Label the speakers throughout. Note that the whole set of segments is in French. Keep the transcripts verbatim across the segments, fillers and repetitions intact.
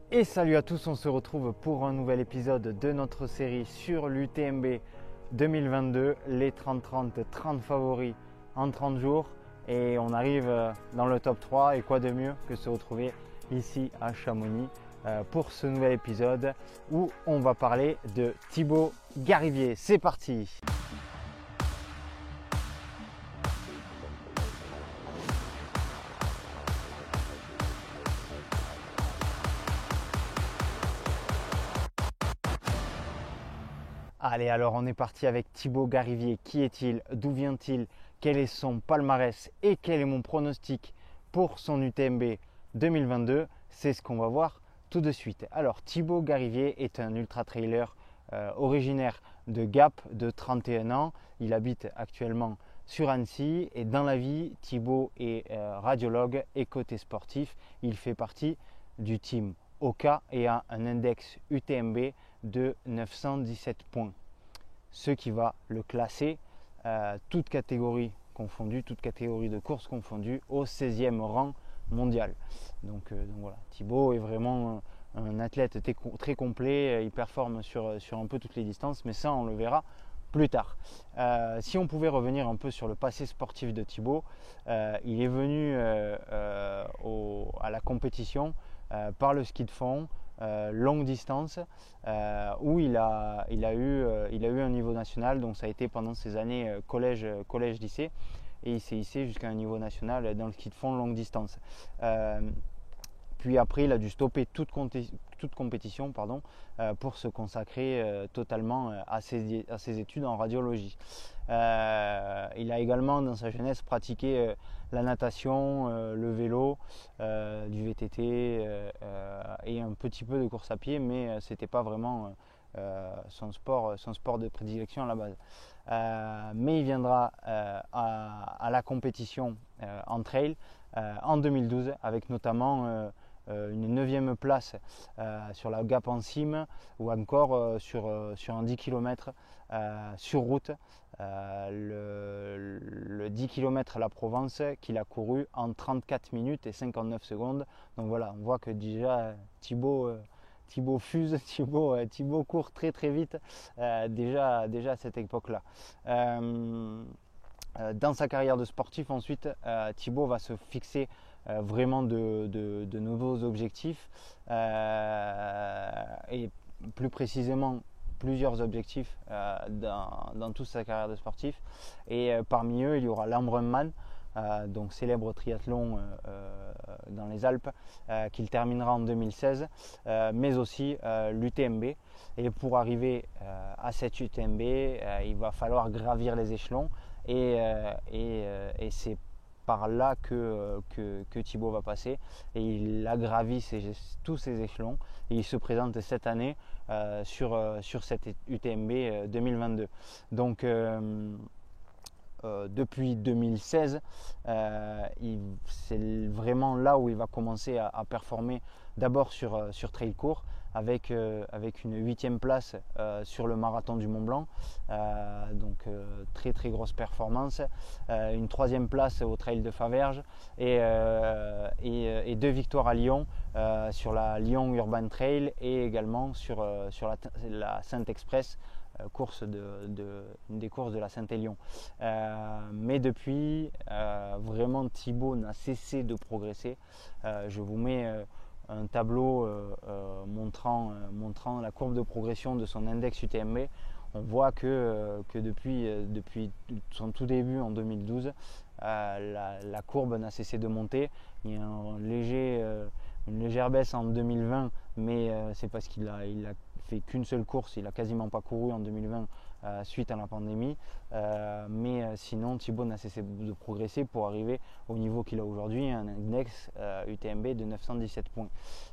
Speaker 1: Et salut à tous, on se retrouve pour un nouvel épisode de notre série sur l'U T M B deux mille vingt-deux, les trente trente, trente favoris en trente jours. Et on arrive dans le top trois et quoi de mieux que se retrouver ici à Chamonix pour ce nouvel épisode où on va parler de Thibaut Garivier. C'est parti! Allez, alors on est parti avec Thibaut Garivier. Qui est-il? D'où vient-il? Quel est son palmarès? Et quel est mon pronostic pour son U T M B deux mille vingt-deux? C'est ce qu'on va voir tout de suite. Alors, Thibaut Garivier est un ultra-trailer euh, originaire de Gap, de trente et un ans. Il habite actuellement sur Annecy et dans la vie, Thibaut est euh, radiologue et côté sportif. Il fait partie du team Oka et a un index U T M B de neuf cent dix-sept points, ce qui va le classer, euh, toute catégorie confondue, toute catégorie de course confondue, au seizième rang mondial. Donc, euh, donc voilà, Thibaut est vraiment un athlète très complet, il performe sur, sur un peu toutes les distances, mais ça on le verra plus tard. Euh, si on pouvait revenir un peu sur le passé sportif de Thibaut, euh, il est venu euh, euh, au, à la compétition euh, par le ski de fond, euh, longue distance, euh, où il a, il, a eu, euh, il a eu un niveau national, donc ça a été pendant ses années euh, collège, collège, lycée, et il s'est hissé jusqu'à un niveau national dans le ski de fond longue distance. Euh, Puis après, il a dû stopper toute, toute compétition pardon, euh, pour se consacrer euh, totalement à ses, à ses études en radiologie. Euh, il a également, dans sa jeunesse, pratiqué euh, la natation, euh, le vélo, euh, du V T T euh, euh, et un petit peu de course à pied, mais euh, ce n'était pas vraiment euh, son, sport, son sport de prédilection à la base. Euh, mais il viendra euh, à, à la compétition euh, en trail euh, en deux mille douze avec notamment euh, une neuvième place euh, sur la Gap en cime ou encore euh, sur, euh, sur un dix kilomètres euh, sur route, euh, le, le dix kilomètres à la Provence qu'il a couru en trente-quatre minutes et cinquante-neuf secondes. Donc voilà, on voit que déjà Thibaut, euh, Thibaut fuse, Thibaut, euh, Thibaut court très très vite euh, déjà, déjà à cette époque-là. Euh, Dans sa carrière de sportif, ensuite, euh, Thibaut va se fixer euh, vraiment de, de, de nouveaux objectifs euh, et plus précisément plusieurs objectifs euh, dans, dans toute sa carrière de sportif. Et euh, parmi eux, il y aura l'Ambrunman, euh, donc célèbre triathlon euh, euh, dans les Alpes, euh, qu'il terminera en deux mille seize, euh, mais aussi euh, l'U T M B. Et pour arriver euh, à cette U T M B, euh, il va falloir gravir les échelons. Et, euh, et, euh, et c'est par là que, que, que Thibaut va passer. Et il a gravi ses, tous ces échelons. Et il se présente cette année euh, sur, euh, sur cette U T M B euh, deux mille vingt-deux. Donc euh, euh, depuis deux mille seize, euh, c'est vraiment là où il va commencer à, à performer d'abord sur, euh, sur trail court, avec, euh, avec une huitième place euh, sur le marathon du Mont Blanc, euh, donc euh, très très grosse performance, euh, une troisième place au trail de Faverges et, euh, et, et deux victoires à Lyon euh, sur la Lyon Urban Trail et également sur, euh, sur la, la Sainte-Express, course de, de, une des courses de la Saint-Élion. Euh, mais depuis, euh, vraiment Thibaut n'a cessé de progresser. Euh, je vous mets euh, un tableau euh, euh, montrant, euh, montrant la courbe de progression de son index U T M B. On voit que, euh, que depuis, euh, depuis son tout début en deux mille douze, euh, la, la courbe n'a cessé de monter. Il y a un léger, euh, une légère baisse en deux mille vingt, mais euh, c'est parce qu'il a, il a fait qu'une seule course, il n'a quasiment pas couru en deux mille vingt euh, suite à la pandémie. Euh, mais euh, sinon, Thibaut n'a cessé de progresser pour arriver au niveau qu'il a aujourd'hui, un index euh, U T M B de neuf cent dix-sept points.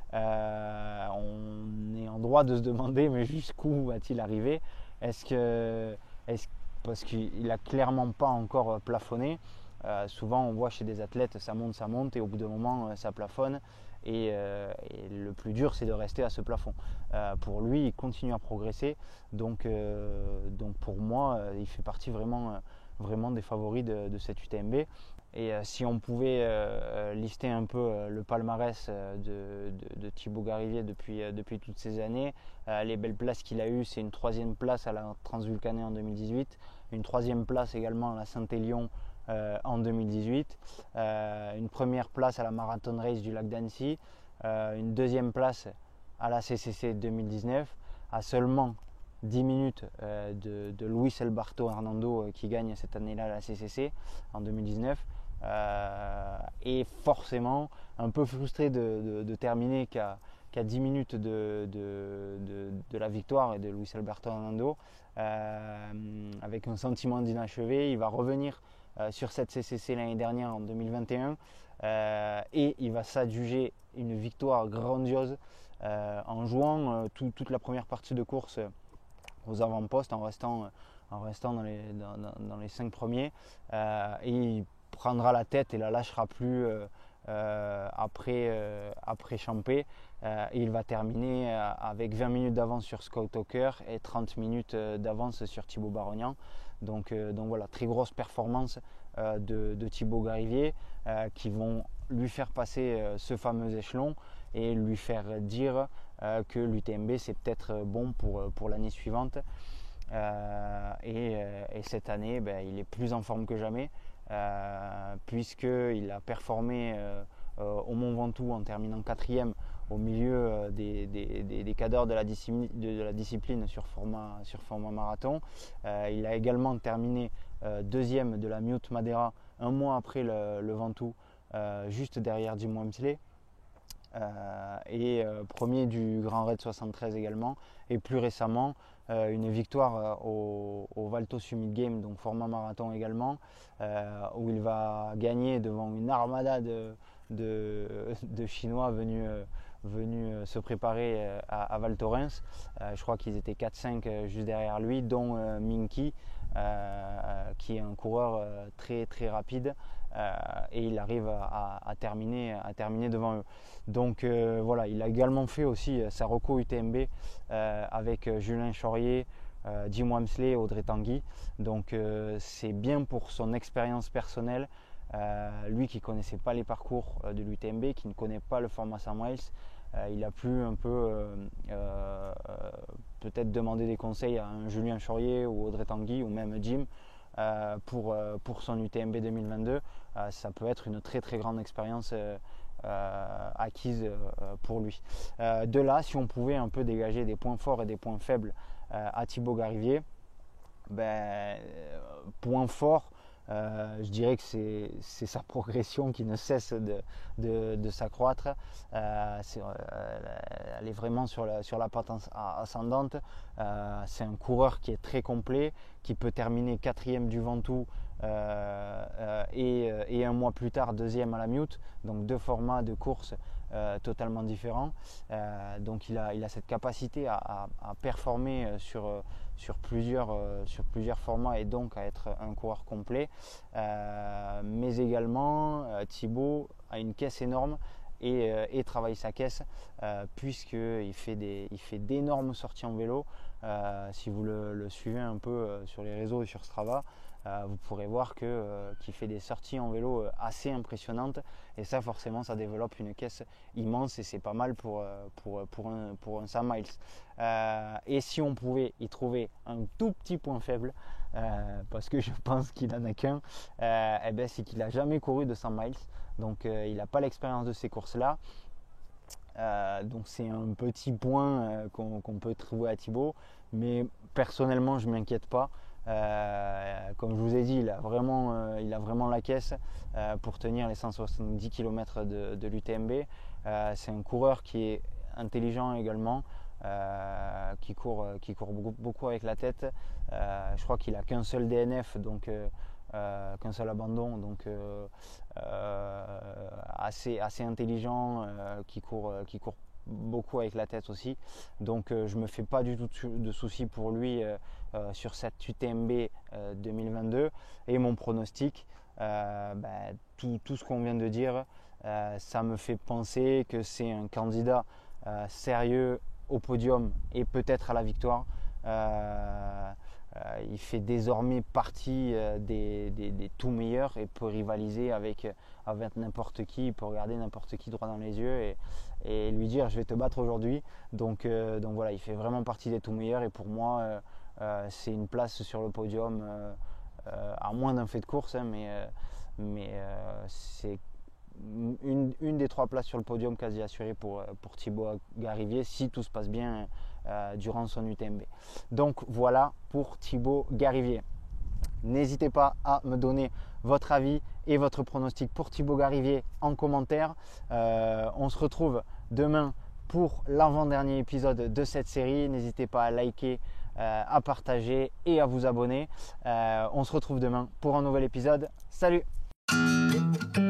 Speaker 1: Euh, on est en droit de se demander, mais jusqu'où va-t-il arriver? Est-ce que, est-ce, parce qu'il n'a clairement pas encore plafonné. Euh, souvent on voit chez des athlètes ça monte, ça monte et au bout d'un moment euh, ça plafonne et, euh, et le plus dur c'est de rester à ce plafond. Euh, pour lui il continue à progresser donc, euh, donc pour moi euh, il fait partie vraiment vraiment des favoris de, de cette U T M B. Et euh, si on pouvait euh, lister un peu euh, le palmarès euh, de, de, de Thibaut Garivier depuis, euh, depuis toutes ces années, euh, les belles places qu'il a eues, c'est une troisième place à la Transvulcanée en deux mille dix-huit, une troisième place également à la Saint-Élion euh, en deux mille dix-huit, euh, une première place à la Marathon Race du Lac d'Annecy, euh, une deuxième place à la C C C deux mille dix-neuf, à seulement dix minutes euh, de, de Luis Alberto Hernando euh, qui gagne cette année-là la C C C en deux mille dix-neuf. Euh, et forcément un peu frustré de, de, de terminer qu'à qu'à dix minutes de, de, de, de la victoire et de Luis Alberto Hernando, euh, avec un sentiment d'inachevé. Il va revenir euh, sur cette C C C l'année dernière en deux mille vingt et un euh, et il va s'adjuger une victoire grandiose euh, en jouant euh, tout, toute la première partie de course aux avant-postes, en restant, en restant dans, les, dans, dans les cinq premiers, euh, et il prendra la tête et la lâchera plus euh, euh, après, euh, après Champé, euh, et il va terminer euh, avec vingt minutes d'avance sur Scott Hawker et trente minutes d'avance sur Thibaut Barognan. Donc, euh, donc voilà, très grosse performance euh, de, de Thibaut Garivier euh, qui vont lui faire passer euh, ce fameux échelon et lui faire dire euh, que l'U T M B c'est peut-être bon pour, pour l'année suivante. Euh, et, et cette année, ben, il est plus en forme que jamais euh, puisqu'il a performé euh, euh, au Mont Ventoux en terminant quatrième au milieu des, des, des, des cadors de la discipline, de, de la discipline sur, format, sur format marathon. Euh, il a également terminé euh, deuxième de la Mute Madeira un mois après le, le Ventoux, euh, juste derrière Jim Wamsley. Euh, et euh, premier du Grand Raid soixante-treize également, et plus récemment euh, une victoire euh, au, au Valto Summit Game, donc format marathon également, euh, où il va gagner devant une armada de, de, de Chinois venus, euh, venus se préparer euh, à, à Val Thorens. Euh, je crois qu'ils étaient quatre cinq euh, juste derrière lui, dont euh, Minky, euh, qui est un coureur euh, très très rapide. Euh, et il arrive à, à, terminer, à terminer devant eux. Donc euh, voilà, il a également fait aussi sa reco U T M B euh, avec Julien Chaurier, euh, Jim Wamsley et Audrey Tanguy. Donc euh, c'est bien pour son expérience personnelle, euh, lui qui ne connaissait pas les parcours de l'U T M B, qui ne connaît pas le format cent miles. Euh, il a pu un peu euh, euh, peut-être demander des conseils à un Julien Chaurier ou Audrey Tanguy ou même Jim. Euh, pour, euh, pour son U T M B deux mille vingt-deux, euh, ça peut être une très très grande expérience euh, euh, acquise euh, pour lui. Euh, de là, si on pouvait un peu dégager des points forts et des points faibles euh, à Thibaut Garivier, ben, point fort, Euh, je dirais que c'est, c'est sa progression qui ne cesse de, de, de s'accroître. Euh, c'est, euh, elle est vraiment sur la, sur la pente ascendante. Euh, c'est un coureur qui est très complet, qui peut terminer quatrième du Ventoux euh, euh, et, et un mois plus tard deuxième à la Mute. Donc deux formats de course euh, totalement différents. Euh, donc il a, il a cette capacité à, à, à performer sur Sur plusieurs, euh, sur plusieurs formats et donc à être un coureur complet. Euh, mais également, euh, Thibaut a une caisse énorme et, euh, et travaille sa caisse euh, puisqu'il fait, des, il fait d'énormes sorties en vélo. Euh, si vous le, le suivez un peu euh, sur les réseaux et sur Strava, euh, vous pourrez voir que, euh, qu'il fait des sorties en vélo euh, assez impressionnantes et ça forcément ça développe une caisse immense et c'est pas mal pour, euh, pour, pour, un, pour un cent miles. Euh, et si on pouvait y trouver un tout petit point faible, euh, parce que je pense qu'il n'en a qu'un, euh, eh ben, c'est qu'il n'a jamais couru de cent miles, donc euh, il n'a pas l'expérience de ces courses-là. Euh, donc c'est un petit point euh, qu'on, qu'on peut trouver à Thibaut, mais personnellement je ne m'inquiète pas. Euh, comme je vous ai dit, il a vraiment, euh, il a vraiment la caisse euh, pour tenir les cent soixante-dix kilomètres de, de l'U T M B. Euh, c'est un coureur qui est intelligent également, euh, qui court, qui court beaucoup, beaucoup avec la tête. Euh, je crois qu'il a qu'un seul D N F, donc euh, euh, qu'un seul abandon, donc euh, euh, assez, assez intelligent, euh, qui court, qui court beaucoup avec la tête aussi. Donc euh, je me fais pas du tout de soucis pour lui euh, euh, sur cette U T M B euh, deux mille vingt-deux. Et mon pronostic, euh, bah, tout, tout ce qu'on vient de dire, euh, ça me fait penser que c'est un candidat euh, sérieux au podium et peut-être à la victoire. Euh, euh, il fait désormais partie euh, des, des, des tout meilleurs et peut rivaliser avec, avec n'importe qui. Il peut regarder n'importe qui droit dans les yeux et, et lui dire je vais te battre aujourd'hui. Donc, euh, donc voilà, il fait vraiment partie des tout meilleurs et pour moi euh, euh, c'est une place sur le podium euh, euh, à moins d'un fait de course, hein, mais, euh, mais euh, c'est une, une des trois places sur le podium quasi assurée pour, pour Thibaut Garivier si tout se passe bien euh, durant son U T M B. Donc voilà pour Thibaut Garivier. N'hésitez pas à me donner votre avis et votre pronostic pour Thibaut Garivier en commentaire. Euh, on se retrouve demain pour l'avant-dernier épisode de cette série. N'hésitez pas à liker, euh, à partager et à vous abonner. Euh, on se retrouve demain pour un nouvel épisode. Salut!